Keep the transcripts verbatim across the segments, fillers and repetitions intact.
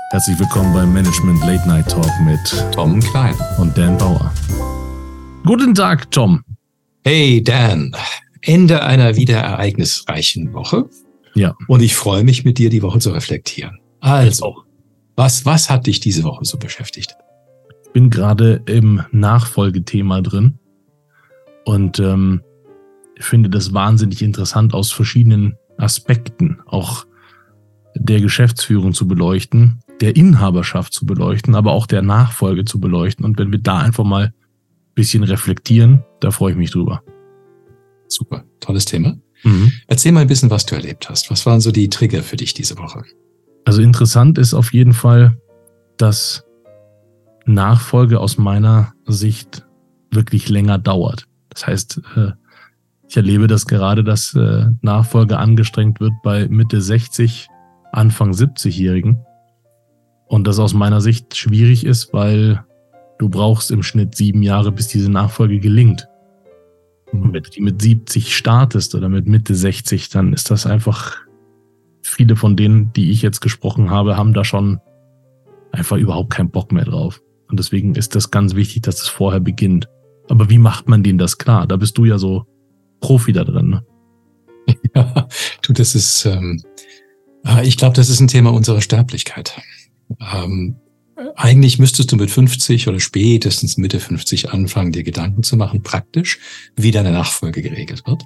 Herzlich willkommen beim Management Late Night Talk mit Tom Klein und Dan Bauer. Guten Tag, Tom. Hey, Dan. Ende einer wieder ereignisreichen Woche. Ja. Und ich freue mich, mit dir die Woche zu reflektieren. Also, was, was hat dich diese Woche so beschäftigt? Ich bin gerade im Nachfolgethema drin und ähm, ich finde das wahnsinnig interessant aus verschiedenen Aspekten, auch der Geschäftsführung zu beleuchten, der Inhaberschaft zu beleuchten, aber auch der Nachfolge zu beleuchten. Und wenn wir da einfach mal ein bisschen reflektieren, da freue ich mich drüber. Super, tolles Thema. Mhm. Erzähl mal ein bisschen, was du erlebt hast. Was waren so die Trigger für dich diese Woche? Also interessant ist auf jeden Fall, dass Nachfolge aus meiner Sicht wirklich länger dauert. Das heißt, ich erlebe das gerade, dass Nachfolge angestrengt wird bei Mitte sechzig, Anfang siebzig-Jährigen. Und das aus meiner Sicht schwierig ist, weil du brauchst im Schnitt sieben Jahre, bis diese Nachfolge gelingt. Und wenn du die mit siebzig startest oder mit Mitte sechzig, dann ist das einfach, viele von denen, die ich jetzt gesprochen habe, haben da schon einfach überhaupt keinen Bock mehr drauf. Und deswegen ist das ganz wichtig, dass es vorher beginnt. Aber wie macht man denen das klar? Da bist du ja so Profi da drin, ne? Ja, du, das ist, ähm, ich glaube, das ist ein Thema unserer Sterblichkeit. Ähm, eigentlich müsstest du mit fünfzig oder spätestens Mitte fünfzig anfangen, dir Gedanken zu machen, praktisch, wie deine Nachfolge geregelt wird.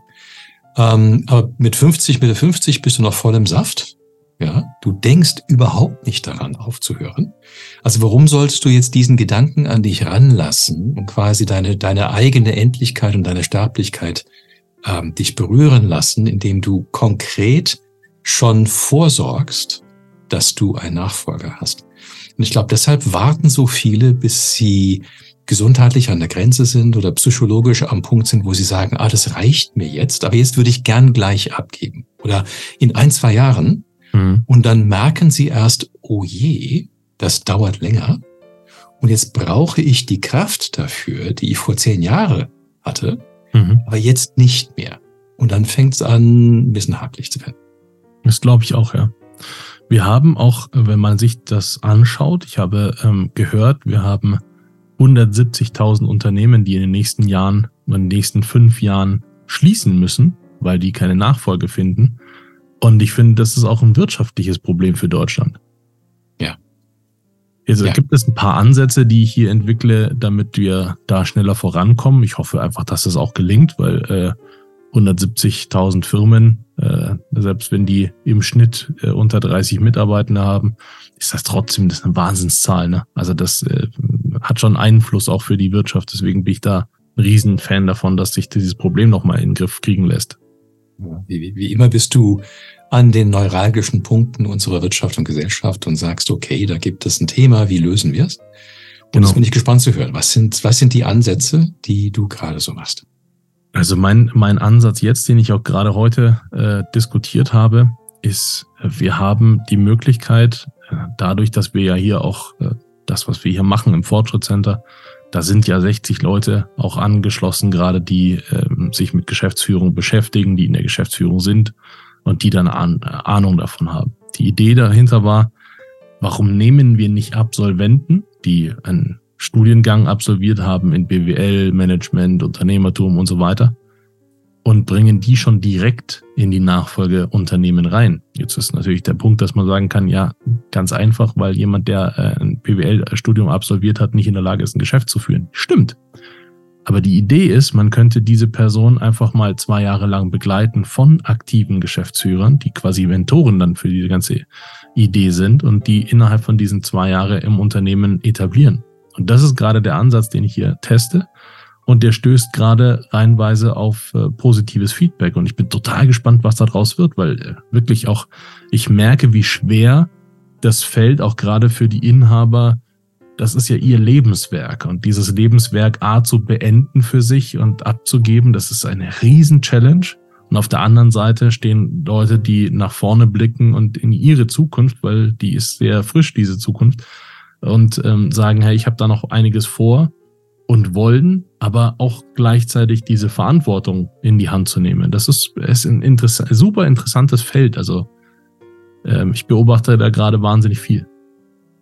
Ähm, aber mit fünfzig, Mitte fünfzig bist du noch voll im Saft. Ja, du denkst überhaupt nicht daran, aufzuhören. Also warum solltest du jetzt diesen Gedanken an dich ranlassen und quasi deine, deine eigene Endlichkeit und deine Sterblichkeit ähm, dich berühren lassen, indem du konkret schon vorsorgst, dass du einen Nachfolger hast. Und ich glaube, deshalb warten so viele, bis sie gesundheitlich an der Grenze sind oder psychologisch am Punkt sind, wo sie sagen, ah, das reicht mir jetzt, aber jetzt würde ich gern gleich abgeben. Oder in ein, zwei Jahren. Mhm. Und dann merken sie erst, oh je, das dauert länger. Und jetzt brauche ich die Kraft dafür, die ich vor zehn Jahren hatte, mhm. aber jetzt nicht mehr. Und dann fängt es an, ein bisschen hakelig zu werden. Das glaube ich auch, ja. Wir haben auch, wenn man sich das anschaut, ich habe ähm, gehört, wir haben hundertsiebzigtausend Unternehmen, die in den nächsten Jahren, in den nächsten fünf Jahren schließen müssen, weil die keine Nachfolge finden. Und ich finde, das ist auch ein wirtschaftliches Problem für Deutschland. Ja. Jetzt ja. gibt es ein paar Ansätze, die ich hier entwickle, damit wir da schneller vorankommen. Ich hoffe einfach, dass das auch gelingt, weil äh, hundertsiebzigtausend Firmen, äh, selbst wenn die im Schnitt äh, unter dreißig Mitarbeitende haben, ist das trotzdem das ist eine Wahnsinnszahl. Ne? Also das äh, hat schon Einfluss auch für die Wirtschaft. Deswegen bin ich da ein Riesenfan davon, dass sich dieses Problem nochmal in den Griff kriegen lässt. Wie, wie immer bist du an den neuralgischen Punkten unserer Wirtschaft und Gesellschaft und sagst, okay, da gibt es ein Thema, wie lösen wir es? Und genau. Das bin ich gespannt zu hören. Was sind, was sind die Ansätze, die du gerade so machst? Also mein, mein Ansatz jetzt, den ich auch gerade heute äh, diskutiert habe, ist, wir haben die Möglichkeit, äh, dadurch, dass wir ja hier auch äh, das, was wir hier machen im Fortschrittscenter, da sind ja sechzig Leute auch angeschlossen, gerade die äh, sich mit Geschäftsführung beschäftigen, die in der Geschäftsführung sind und die dann Ahn- Ahnung davon haben. Die Idee dahinter war, warum nehmen wir nicht Absolventen, die einen Studiengang absolviert haben in B W L, Management, Unternehmertum und so weiter und bringen die schon direkt in die Nachfolgeunternehmen rein. Jetzt ist natürlich der Punkt, dass man sagen kann, ja, ganz einfach, weil jemand, der ein B W L-Studium absolviert hat, nicht in der Lage ist, ein Geschäft zu führen. Stimmt. Aber die Idee ist, man könnte diese Person einfach mal zwei Jahre lang begleiten von aktiven Geschäftsführern, die quasi Mentoren dann für diese ganze Idee sind und die innerhalb von diesen zwei Jahren im Unternehmen etablieren. Und das ist gerade der Ansatz, den ich hier teste. Und der stößt gerade reihenweise auf äh, positives Feedback. Und ich bin total gespannt, was da draus wird, weil äh, wirklich auch, ich merke, wie schwer das fällt, auch gerade für die Inhaber. Das ist ja ihr Lebenswerk. Und dieses Lebenswerk A zu beenden für sich und abzugeben, das ist eine Riesen-Challenge. Und auf der anderen Seite stehen Leute, die nach vorne blicken und in ihre Zukunft, weil die ist sehr frisch, diese Zukunft, und ähm, sagen, hey, ich habe da noch einiges vor und wollen, aber auch gleichzeitig diese Verantwortung in die Hand zu nehmen. Das ist, ist ein interess- super interessantes Feld. Also ähm, ich beobachte da gerade wahnsinnig viel.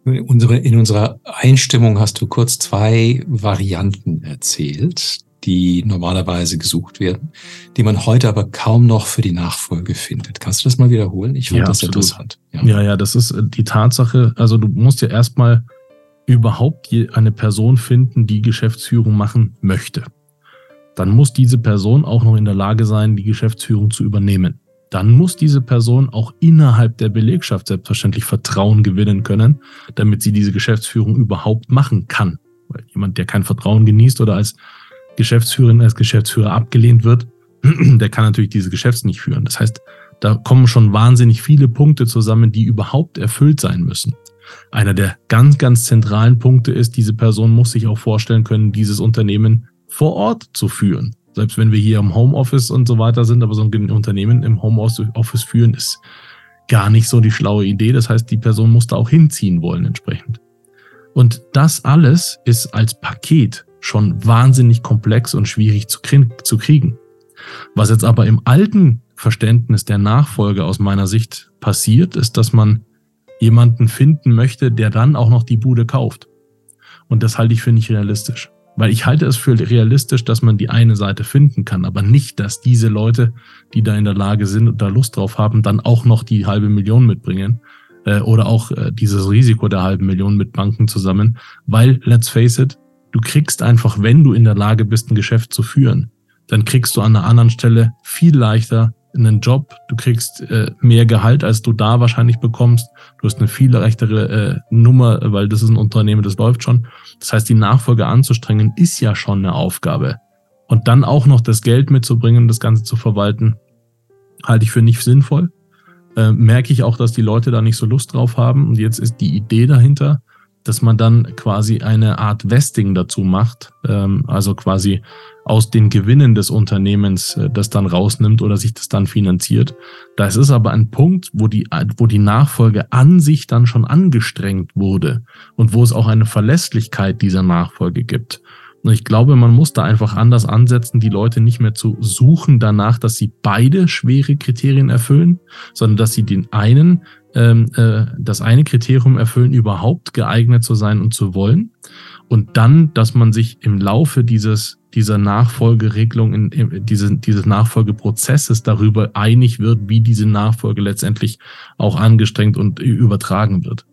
Unsere, in unserer Einstimmung hast du kurz zwei Varianten erzählt, die normalerweise gesucht werden, die man heute aber kaum noch für die Nachfolge findet. Kannst du das mal wiederholen? Ich fand ja, das absolut interessant. Ja. ja, ja, das ist die Tatsache. Also du musst ja erstmal überhaupt eine Person finden, die Geschäftsführung machen möchte. Dann muss diese Person auch noch in der Lage sein, die Geschäftsführung zu übernehmen. Dann muss diese Person auch innerhalb der Belegschaft selbstverständlich Vertrauen gewinnen können, damit sie diese Geschäftsführung überhaupt machen kann. Weil jemand, der kein Vertrauen genießt oder als Geschäftsführerin, als Geschäftsführer abgelehnt wird, der kann natürlich diese Geschäfts nicht führen. Das heißt, da kommen schon wahnsinnig viele Punkte zusammen, die überhaupt erfüllt sein müssen. Einer der ganz, ganz zentralen Punkte ist, diese Person muss sich auch vorstellen können, dieses Unternehmen vor Ort zu führen. Selbst wenn wir hier im Homeoffice und so weiter sind, aber so ein Unternehmen im Homeoffice führen ist gar nicht so die schlaue Idee. Das heißt, die Person muss da auch hinziehen wollen entsprechend. Und das alles ist als Paket schon wahnsinnig komplex und schwierig zu kriegen. Was jetzt aber im alten Verständnis der Nachfolge aus meiner Sicht passiert, ist, dass man jemanden finden möchte, der dann auch noch die Bude kauft. Und das halte ich für nicht realistisch. Weil ich halte es für realistisch, dass man die eine Seite finden kann, aber nicht, dass diese Leute, die da in der Lage sind und da Lust drauf haben, dann auch noch die halbe Million mitbringen äh, oder auch äh, dieses Risiko der halben Million mit Banken zusammen. Weil, let's face it, du kriegst einfach, wenn du in der Lage bist, ein Geschäft zu führen, dann kriegst du an einer anderen Stelle viel leichter einen Job, du kriegst äh, mehr Gehalt, als du da wahrscheinlich bekommst, du hast eine viel leichtere äh, Nummer, weil das ist ein Unternehmen, das läuft schon. Das heißt, die Nachfolge anzustrengen, ist ja schon eine Aufgabe. Und dann auch noch das Geld mitzubringen, das Ganze zu verwalten, halte ich für nicht sinnvoll. Äh, merke ich auch, dass die Leute da nicht so Lust drauf haben. Und jetzt ist die Idee dahinter, dass man dann quasi eine Art Vesting dazu macht, ähm, also quasi aus den Gewinnen des Unternehmens äh, das dann rausnimmt oder sich das dann finanziert. Das ist aber ein Punkt, wo die, wo die Nachfolge an sich dann schon angestrengt wurde und wo es auch eine Verlässlichkeit dieser Nachfolge gibt. Und ich glaube, man muss da einfach anders ansetzen, die Leute nicht mehr zu suchen danach, dass sie beide schwere Kriterien erfüllen, sondern dass sie den einen, ähm, äh, das eine Kriterium erfüllen, überhaupt geeignet zu sein und zu wollen. Und dann, dass man sich im Laufe dieses, dieser Nachfolgeregelung, in, in diese, dieses Nachfolgeprozesses darüber einig wird, wie diese Nachfolge letztendlich auch angestrengt und übertragen wird.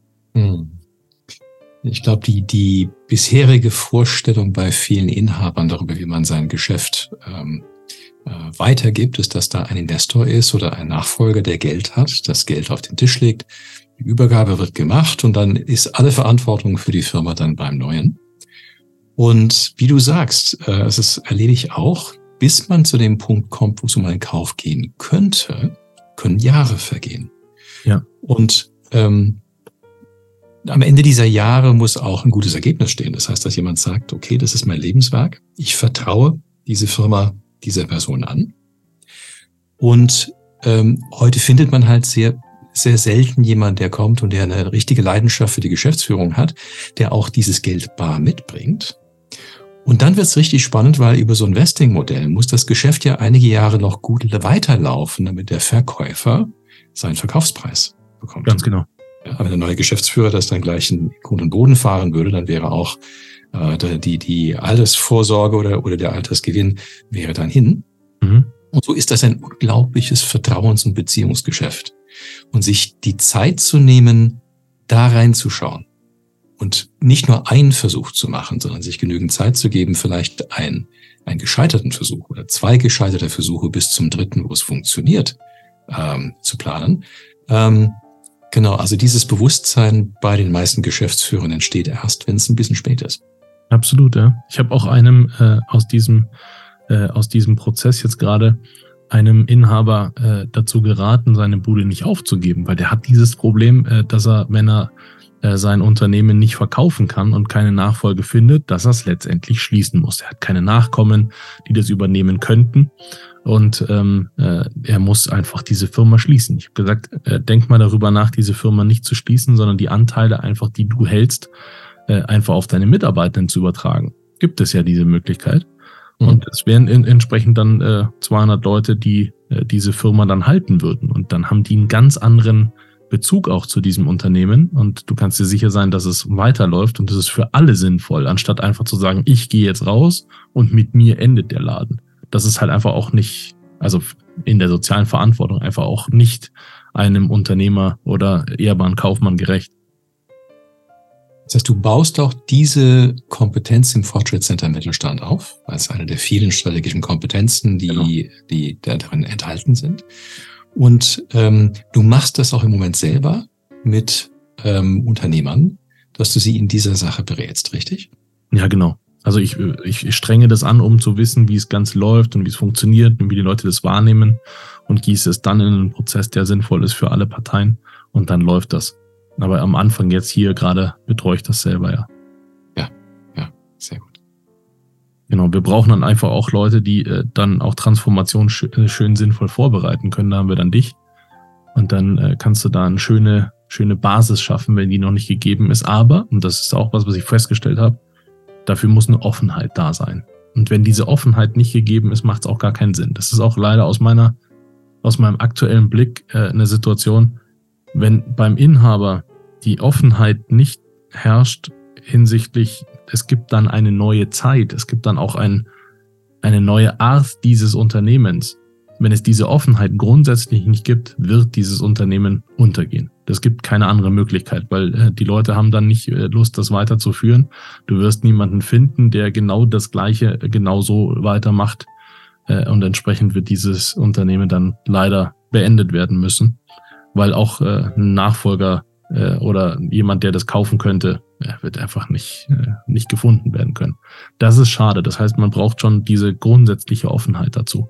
Hm. Ich glaube, die, die bisherige Vorstellung bei vielen Inhabern darüber, wie man sein Geschäft ähm, äh, weitergibt, ist, dass da ein Investor ist oder ein Nachfolger, der Geld hat, das Geld auf den Tisch legt, die Übergabe wird gemacht und dann ist alle Verantwortung für die Firma dann beim Neuen. Und wie du sagst, äh, es ist erledigt auch, bis man zu dem Punkt kommt, wo es um einen Kauf gehen könnte, können Jahre vergehen. Ja. Und ähm, am Ende dieser Jahre muss auch ein gutes Ergebnis stehen. Das heißt, dass jemand sagt, okay, das ist mein Lebenswerk. Ich vertraue diese Firma dieser Person an. Und ähm, heute findet man halt sehr, sehr selten jemand, der kommt und der eine richtige Leidenschaft für die Geschäftsführung hat, der auch dieses Geld bar mitbringt. Und dann wird es richtig spannend, weil über so ein Vesting-Modell muss das Geschäft ja einige Jahre noch gut weiterlaufen, damit der Verkäufer seinen Verkaufspreis bekommt. Ganz genau. Aber wenn der neue Geschäftsführer das dann gleich in Grund und Boden fahren würde, dann wäre auch äh, die, die Altersvorsorge oder, oder der Altersgewinn wäre dann hin. Mhm. Und so ist das ein unglaubliches Vertrauens- und Beziehungsgeschäft. Und sich die Zeit zu nehmen, da reinzuschauen und nicht nur einen Versuch zu machen, sondern sich genügend Zeit zu geben, vielleicht einen, einen gescheiterten Versuch oder zwei gescheiterte Versuche bis zum dritten, wo es funktioniert, ähm, zu planen. Ähm, Genau, also dieses Bewusstsein bei den meisten Geschäftsführern entsteht erst, wenn es ein bisschen spät ist. Absolut, ja. Ich habe auch einem äh, aus diesem äh, aus diesem Prozess jetzt gerade einem Inhaber äh, dazu geraten, seine Bude nicht aufzugeben, weil der hat dieses Problem, äh, dass er, wenn er äh, sein Unternehmen nicht verkaufen kann und keine Nachfolge findet, dass er es letztendlich schließen muss. Er hat keine Nachkommen, die das übernehmen könnten. Und ähm, äh, er muss einfach diese Firma schließen. Ich habe gesagt, äh, denk mal darüber nach, diese Firma nicht zu schließen, sondern die Anteile einfach, die du hältst, äh, einfach auf deine Mitarbeitenden zu übertragen. Gibt es ja diese Möglichkeit. Mhm. Und es wären in, entsprechend dann äh, zweihundert Leute, die äh, diese Firma dann halten würden. Und dann haben die einen ganz anderen Bezug auch zu diesem Unternehmen und du kannst dir sicher sein, dass es weiterläuft und es ist für alle sinnvoll, anstatt einfach zu sagen, ich gehe jetzt raus und mit mir endet der Laden. Das ist halt einfach auch nicht, also in der sozialen Verantwortung einfach auch nicht einem Unternehmer oder ehrbaren Kaufmann gerecht. Das heißt, du baust auch diese Kompetenz im Fortschrittscenter Mittelstand auf, als eine der vielen strategischen Kompetenzen, die, genau. die darin enthalten sind. Und ähm, du machst das auch im Moment selber mit ähm, Unternehmern, dass du sie in dieser Sache berätst, richtig? Ja, genau. Also ich, ich strenge das an, um zu wissen, wie es ganz läuft und wie es funktioniert und wie die Leute das wahrnehmen und gieße es dann in einen Prozess, der sinnvoll ist für alle Parteien und dann läuft das. Aber am Anfang jetzt hier gerade betreue ich das selber, ja. Ja, ja, sehr gut. Genau, wir brauchen dann einfach auch Leute, die äh, dann auch Transformation sch schön sinnvoll vorbereiten können. Da haben wir dann dich. Und dann äh, kannst du da eine schöne, schöne Basis schaffen, wenn die noch nicht gegeben ist. Aber, und das ist auch was, was ich festgestellt habe, dafür muss eine Offenheit da sein. Und wenn diese Offenheit nicht gegeben ist, macht es auch gar keinen Sinn. Das ist auch leider aus meiner, aus meinem aktuellen Blick äh, eine Situation, wenn beim Inhaber die Offenheit nicht herrscht hinsichtlich, es gibt dann eine neue Zeit, es gibt dann auch ein, eine neue Art dieses Unternehmens. Wenn es diese Offenheit grundsätzlich nicht gibt, wird dieses Unternehmen untergehen. Das gibt keine andere Möglichkeit, weil äh, die Leute haben dann nicht äh, Lust, das weiterzuführen. Du wirst niemanden finden, der genau das Gleiche äh, genauso weitermacht. Äh, und entsprechend wird dieses Unternehmen dann leider beendet werden müssen, weil auch äh, ein Nachfolger äh, oder jemand, der das kaufen könnte, äh, wird einfach nicht, äh, nicht gefunden werden können. Das ist schade. Das heißt, man braucht schon diese grundsätzliche Offenheit dazu.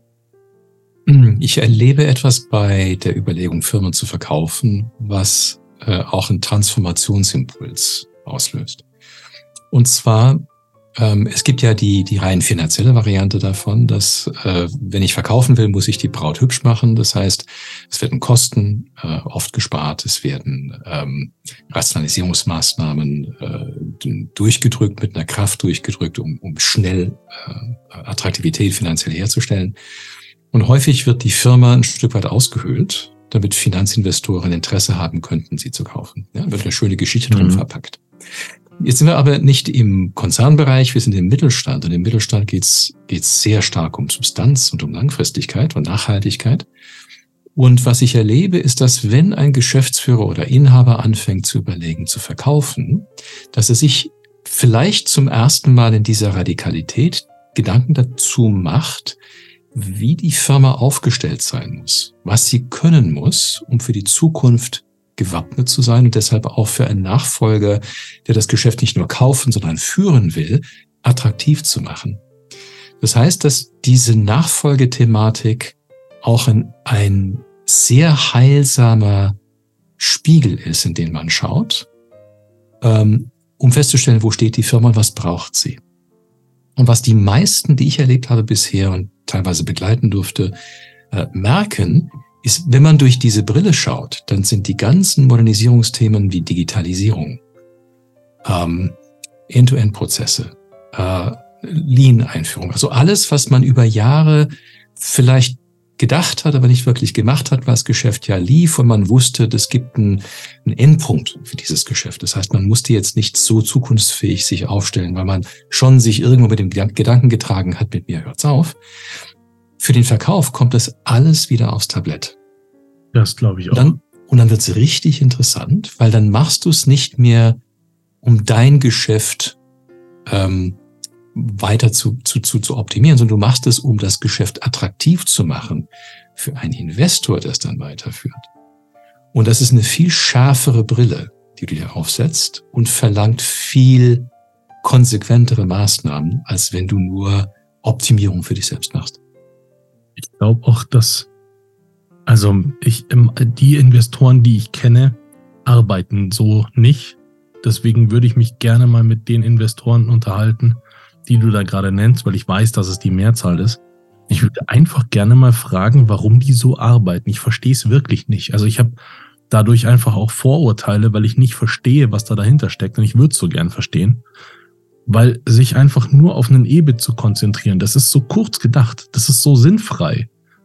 Ich erlebe etwas bei der Überlegung, Firmen zu verkaufen, was äh, auch einen Transformationsimpuls auslöst. Und zwar, ähm, es gibt ja die die rein finanzielle Variante davon, dass äh, wenn ich verkaufen will, muss ich die Braut hübsch machen. Das heißt, es werden Kosten äh, oft gespart, es werden ähm, Rationalisierungsmaßnahmen äh, durchgedrückt, mit einer Kraft durchgedrückt, um, um schnell äh, Attraktivität finanziell herzustellen. Und häufig wird die Firma ein Stück weit ausgehöhlt, damit Finanzinvestoren Interesse haben könnten, sie zu kaufen. Ja, wird eine schöne Geschichte drin mhm. verpackt. Jetzt sind wir aber nicht im Konzernbereich, wir sind im Mittelstand. Und im Mittelstand geht's geht's sehr stark um Substanz und um Langfristigkeit und Nachhaltigkeit. Und was ich erlebe, ist, dass wenn ein Geschäftsführer oder Inhaber anfängt zu überlegen, zu verkaufen, dass er sich vielleicht zum ersten Mal in dieser Radikalität Gedanken dazu macht, wie die Firma aufgestellt sein muss, was sie können muss, um für die Zukunft gewappnet zu sein und deshalb auch für einen Nachfolger, der das Geschäft nicht nur kaufen, sondern führen will, attraktiv zu machen. Das heißt, dass diese Nachfolgethematik auch ein, ein sehr heilsamer Spiegel ist, in den man schaut, um festzustellen, wo steht die Firma und was braucht sie. Und was die meisten, die ich erlebt habe bisher und teilweise begleiten durfte, äh, merken, ist, wenn man durch diese Brille schaut, dann sind die ganzen Modernisierungsthemen wie Digitalisierung, ähm, End-to-End-Prozesse, äh, Lean-Einführung, also alles, was man über Jahre vielleicht gedacht hat, aber nicht wirklich gemacht hat, weil das Geschäft ja lief und man wusste, es gibt einen, einen Endpunkt für dieses Geschäft. Das heißt, man musste jetzt nicht so zukunftsfähig sich aufstellen, weil man schon sich irgendwo mit dem Gedanken getragen hat, mit mir hört's auf. Für den Verkauf kommt das alles wieder aufs Tablett. Das glaube ich auch. Und dann, und dann wird's richtig interessant, weil dann machst du es nicht mehr, um dein Geschäft ähm, weiter zu, zu, zu, zu optimieren, sondern du machst es, um das Geschäft attraktiv zu machen für einen Investor, der es dann weiterführt. Und das ist eine viel schärfere Brille, die du dir aufsetzt und verlangt viel konsequentere Maßnahmen, als wenn du nur Optimierung für dich selbst machst. Ich glaube auch, dass, also ich, die Investoren, die ich kenne, arbeiten so nicht. Deswegen würde ich mich gerne mal mit den Investoren unterhalten, die du da gerade nennst, weil ich weiß, dass es die Mehrzahl ist. Ich würde einfach gerne mal fragen, warum die so arbeiten. Ich verstehe es wirklich nicht. Also ich habe dadurch einfach auch Vorurteile, weil ich nicht verstehe, was da dahinter steckt. Und ich würde es so gern verstehen. Weil sich einfach nur auf einen E B I T zu konzentrieren, das ist so kurz gedacht. Das ist so sinnfrei.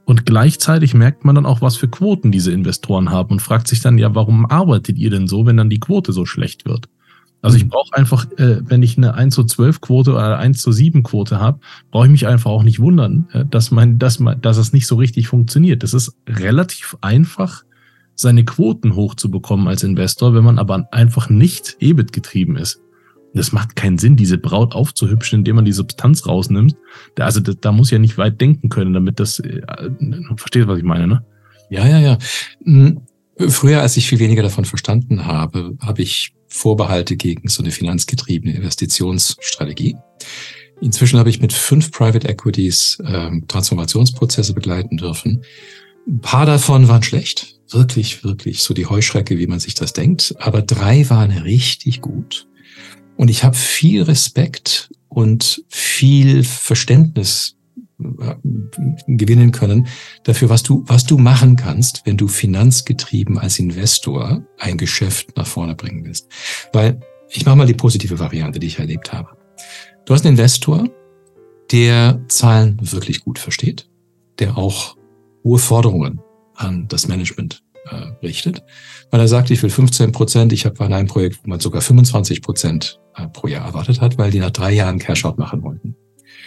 Und gleichzeitig merkt man dann auch, was für Quoten diese Investoren haben und fragt sich dann, ja, warum arbeitet ihr denn so, wenn dann die Quote so schlecht wird? Also ich brauche einfach, äh, wenn ich eine eins zu zwölf Quote oder eins zu sieben Quote habe, brauche ich mich einfach auch nicht wundern, äh, dass, mein, dass, mein, dass es nicht so richtig funktioniert. Das ist relativ einfach, seine Quoten hochzubekommen als Investor, wenn man aber einfach nicht E B I T getrieben ist. Das macht keinen Sinn, diese Braut aufzuhübschen, indem man die Substanz rausnimmt. Da, also da, da muss ja nicht weit denken können, damit das, äh, versteht, was ich meine, ne? Ja, ja, ja. Früher, als ich viel weniger davon verstanden habe, habe ich Vorbehalte gegen so eine finanzgetriebene Investitionsstrategie. Inzwischen habe ich mit fünf Private Equities ähm, Transformationsprozesse begleiten dürfen. Ein paar davon waren schlecht, wirklich, wirklich so die Heuschrecke, wie man sich das denkt. Aber drei waren richtig gut. Und ich habe viel Respekt und viel Verständnis gewinnen können dafür, was du, was du machen kannst, wenn du finanzgetrieben als Investor ein Geschäft nach vorne bringen willst. Weil, ich mache mal die positive Variante, die ich erlebt habe. Du hast einen Investor, der Zahlen wirklich gut versteht, der auch hohe Forderungen an das Management äh, richtet, weil er sagt, ich will fünfzehn Prozent, ich habe an einem Projekt, wo man sogar fünfundzwanzig Prozent äh, pro Jahr erwartet hat, weil die nach drei Jahren Cash-out machen wollten.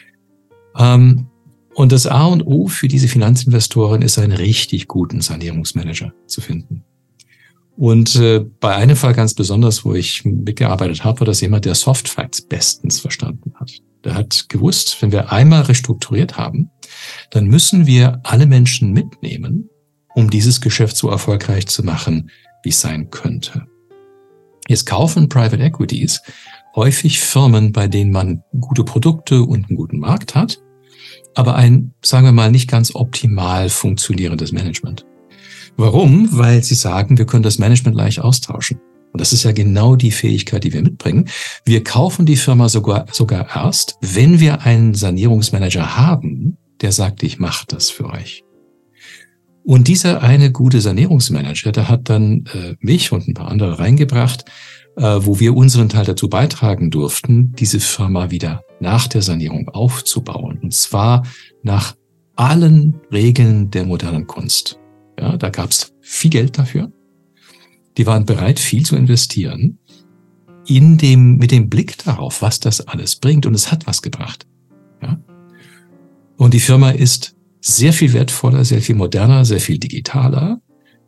Ähm, Und das A und O für diese Finanzinvestoren ist, einen richtig guten Sanierungsmanager zu finden. Und äh, bei einem Fall ganz besonders, wo ich mitgearbeitet habe, war das jemand, der Soft Facts bestens verstanden hat. Der hat gewusst, wenn wir einmal restrukturiert haben, dann müssen wir alle Menschen mitnehmen, um dieses Geschäft so erfolgreich zu machen, wie es sein könnte. Jetzt kaufen Private Equities häufig Firmen, bei denen man gute Produkte und einen guten Markt hat, aber ein, sagen wir mal, nicht ganz optimal funktionierendes Management. Warum? Weil sie sagen, wir können das Management leicht austauschen. Und das ist ja genau die Fähigkeit, die wir mitbringen. Wir kaufen die Firma sogar, sogar erst, wenn wir einen Sanierungsmanager haben, der sagt, ich mache das für euch. Und dieser eine gute Sanierungsmanager, der hat dann äh, mich und ein paar andere reingebracht, äh, wo wir unseren Teil dazu beitragen durften, diese Firma wieder nach der Sanierung aufzubauen. Und zwar nach allen Regeln der modernen Kunst. Ja, da gab es viel Geld dafür. Die waren bereit, viel zu investieren, in dem, mit dem Blick darauf, was das alles bringt. Und es hat was gebracht. Ja? Und die Firma ist sehr viel wertvoller, sehr viel moderner, sehr viel digitaler,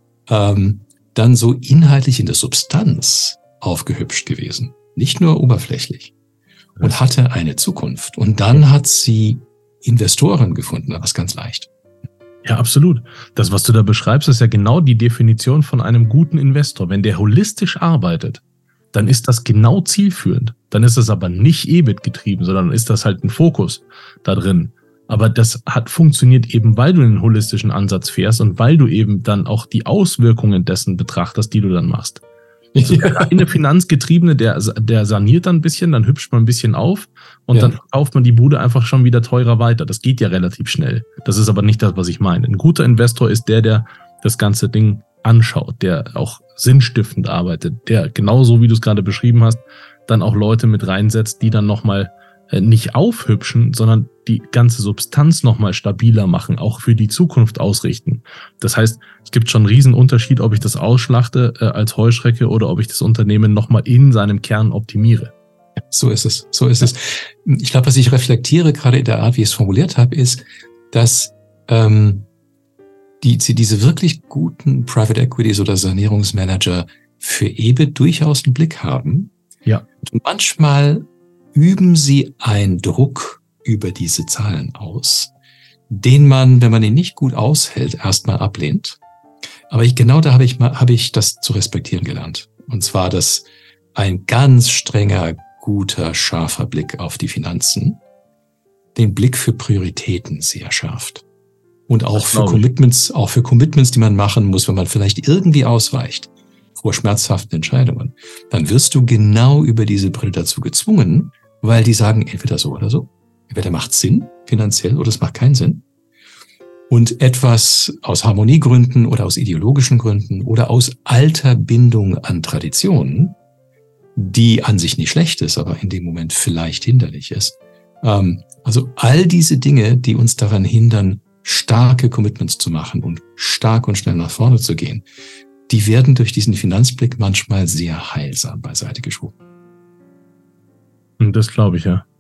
ähm, dann so inhaltlich in der Substanz aufgehübscht gewesen. Nicht nur oberflächlich. Und hatte eine Zukunft. Und dann hat sie Investoren gefunden, was ganz leicht. Ja, absolut. Das, was du da beschreibst, ist ja genau die Definition von einem guten Investor. Wenn der holistisch arbeitet, dann ist das genau zielführend. Dann ist das aber nicht E B I T getrieben, sondern ist das halt ein Fokus da drin. Aber das hat funktioniert eben, weil du einen holistischen Ansatz fährst und weil du eben dann auch die Auswirkungen dessen betrachtest, die du dann machst. Also der reine Finanzgetriebene, der, der saniert dann ein bisschen, dann hübscht man ein bisschen auf und ja. Dann verkauft man die Bude einfach schon wieder teurer weiter. Das geht ja relativ schnell. Das ist aber nicht das, was ich meine. Ein guter Investor ist der, der das ganze Ding anschaut, der auch sinnstiftend arbeitet, der genauso, wie du es gerade beschrieben hast, dann auch Leute mit reinsetzt, die dann nochmal nicht aufhübschen, sondern die ganze Substanz nochmal stabiler machen, auch für die Zukunft ausrichten. Das heißt, es gibt schon einen riesen Unterschied, ob ich das ausschlachte äh, als Heuschrecke oder ob ich das Unternehmen nochmal in seinem Kern optimiere. So ist es, so ist es. Ich glaube, was ich reflektiere, gerade in der Art, wie ich es formuliert habe, ist, dass ähm, die, diese wirklich guten Private Equities oder Sanierungsmanager für E B I T durchaus einen Blick haben. Ja. Und manchmal üben sie einen Druck über diese Zahlen aus, den man, wenn man ihn nicht gut aushält, erstmal ablehnt. Aber ich, genau da habe ich mal, habe ich das zu respektieren gelernt. Und zwar, dass ein ganz strenger, guter, scharfer Blick auf die Finanzen den Blick für Prioritäten sehr schärft. Und auch für Commitments, auch für Commitments, die man machen muss, wenn man vielleicht irgendwie ausweicht vor schmerzhaften Entscheidungen, dann wirst du genau über diese Brille dazu gezwungen, weil die sagen, entweder so oder so. Entweder macht Sinn finanziell oder es macht keinen Sinn. Und etwas aus Harmoniegründen oder aus ideologischen Gründen oder aus alter Bindung an Traditionen, die an sich nicht schlecht ist, aber in dem Moment vielleicht hinderlich ist. Ähm, also all diese Dinge, die uns daran hindern, starke Commitments zu machen und stark und schnell nach vorne zu gehen, die werden durch diesen Finanzblick manchmal sehr heilsam beiseite geschoben. Das glaube ich, ja.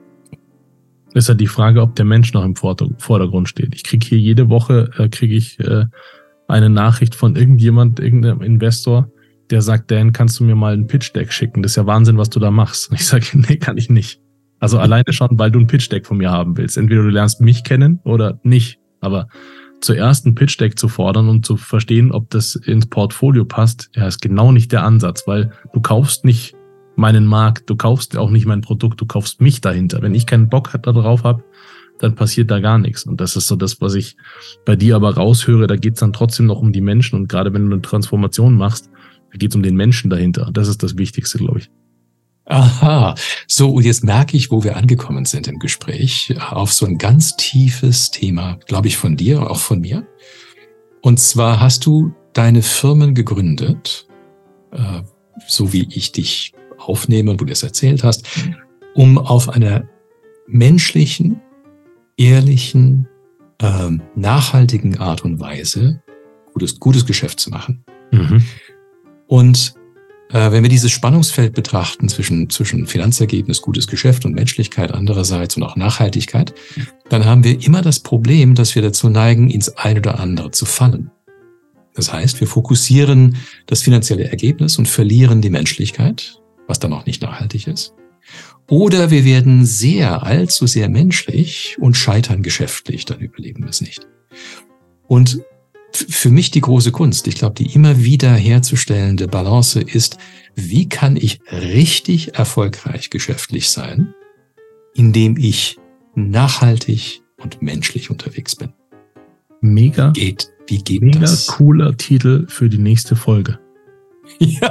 Ist ja die Frage, ob der Mensch noch im Vordergrund steht. Ich kriege hier jede Woche äh, kriege ich äh, eine Nachricht von irgendjemand, irgendeinem Investor, der sagt, Dan, kannst du mir mal ein Pitch-Deck schicken? Das ist ja Wahnsinn, was du da machst. Und ich sage, nee, kann ich nicht. Also alleine schon, weil du ein Pitch-Deck von mir haben willst. Entweder du lernst mich kennen oder nicht. Aber zuerst ein Pitch-Deck zu fordern und zu verstehen, ob das ins Portfolio passt, ja, ist genau nicht der Ansatz, weil du kaufst nicht meinen Markt, du kaufst auch nicht mein Produkt, du kaufst mich dahinter. Wenn ich keinen Bock darauf habe, dann passiert da gar nichts. Und das ist so das, was ich bei dir aber raushöre. Da geht es dann trotzdem noch um die Menschen. Und gerade wenn du eine Transformation machst, da geht es um den Menschen dahinter. Das ist das Wichtigste, glaube ich. Aha, so, und jetzt merke ich, wo wir angekommen sind im Gespräch, auf so ein ganz tiefes Thema, glaube ich, von dir, auch von mir. Und zwar hast du deine Firmen gegründet, äh, so wie ich dich aufnehme und du das erzählt hast, um auf einer menschlichen, ehrlichen, äh, nachhaltigen Art und Weise gutes, gutes Geschäft zu machen. Mhm. Und äh, wenn wir dieses Spannungsfeld betrachten zwischen, zwischen Finanzergebnis, gutes Geschäft und Menschlichkeit andererseits und auch Nachhaltigkeit, dann haben wir immer das Problem, dass wir dazu neigen, ins ein oder andere zu fallen. Das heißt, wir fokussieren das finanzielle Ergebnis und verlieren die Menschlichkeit, was dann auch nicht nachhaltig ist. Oder wir werden sehr, allzu sehr menschlich und scheitern geschäftlich, dann überleben wir es nicht. Und für mich die große Kunst, ich glaube, die immer wieder herzustellende Balance ist, wie kann ich richtig erfolgreich geschäftlich sein, indem ich nachhaltig und menschlich unterwegs bin. Mega. Geht, wie geht mega das? Mega cooler Titel für die nächste Folge. Ja,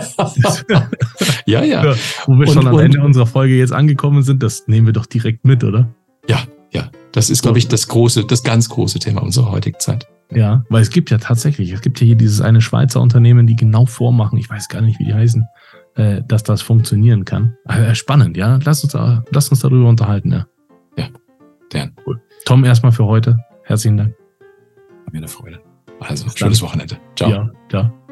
ja. ja. ja wo wir und, schon am Ende unserer Folge jetzt angekommen sind, das nehmen wir doch direkt mit, oder? Ja, ja. Das ist, glaube ich, das große, das ganz große Thema unserer heutigen Zeit. Ja, weil es gibt ja tatsächlich, es gibt ja hier dieses eine Schweizer Unternehmen, die genau vormachen, ich weiß gar nicht, wie die heißen, äh, dass das funktionieren kann. Also, spannend, ja. Lass uns, lass uns darüber unterhalten, ja. Ja, gern. Cool. Tom, erstmal für heute. Herzlichen Dank. War mir eine Freude. Also, schönes Wochenende. Ciao. Ja, ciao.